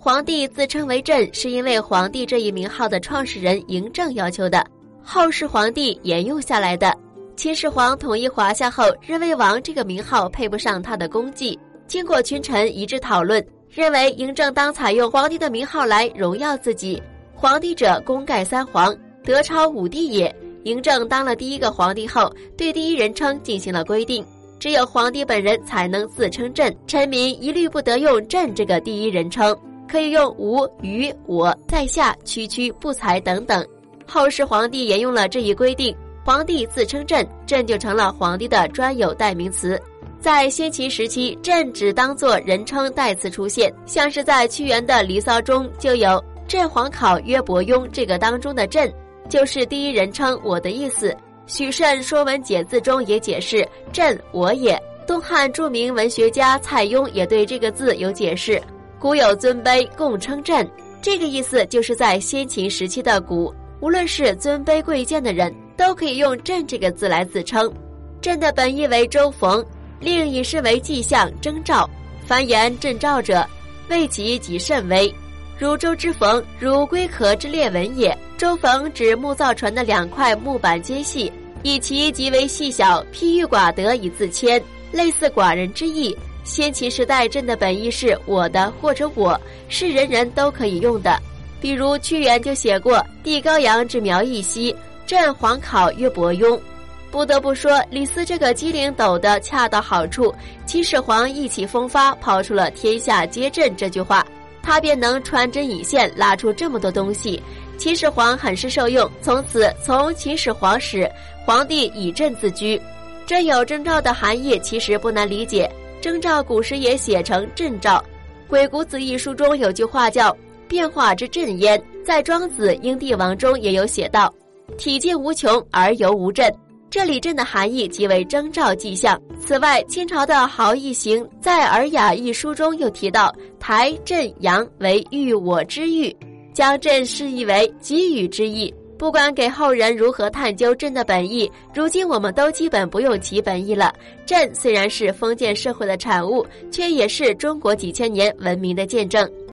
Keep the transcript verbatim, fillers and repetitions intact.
皇帝自称为朕，是因为皇帝这一名号的创始人嬴政要求的，后世皇帝沿用下来的。秦始皇统一华夏后，认为王这个名号配不上他的功绩，经过群臣一致讨论，认为嬴政当采用皇帝的名号来荣耀自己。皇帝者，功盖三皇，德超五帝也。嬴政当了第一个皇帝后，对第一人称进行了规定，只有皇帝本人才能自称朕，臣民一律不得用朕这个第一人称，可以用吾、虞、我、在下、区区、不才等等。后世皇帝沿用了这一规定，皇帝自称朕，朕就成了皇帝的专有代名词。在先秦时期，朕只当作人称代词出现，像是在屈原的《离骚》中就有朕皇考曰伯庸，这个当中的朕就是第一人称我的意思。许慎《说文解字》中也解释朕我也。东汉著名文学家蔡邕也对这个字有解释，古有尊卑共称朕，这个意思就是在先秦时期的古，无论是尊卑贵贱的人都可以用朕这个字来自称。朕的本意为周逢，另引申为迹象征兆，凡言朕兆者，谓其极甚微，如周之逢，如龟壳之裂纹也。周逢指木造船的两块木板间隙，以其极为细小，譬喻寡德以自谦，类似寡人之意。先秦时代朕的本意是我的或者我，是人人都可以用的。比如屈原就写过帝高阳之苗裔兮，朕皇考曰伯庸。不得不说，李斯这个机灵抖得恰到好处，秦始皇意气风发，抛出了天下皆朕这句话，他便能穿针引线拉出这么多东西。秦始皇很是受用，从此从秦始皇始，皇帝以朕自居。朕有征兆的含义其实不难理解，征兆古时也写成震兆。《鬼谷子》一书中有句话叫变化之震焉，在庄子英帝王中也有写道体尽无穷而犹无震，这里震的含义即为征兆迹象。此外，清朝的豪逸行在《尔雅》一书中又提到台震阳为喻我之喻，将朕释义为给予之意。不管给后人如何探究朕的本意，如今我们都基本不用其本意了。朕虽然是封建社会的产物，却也是中国几千年文明的见证。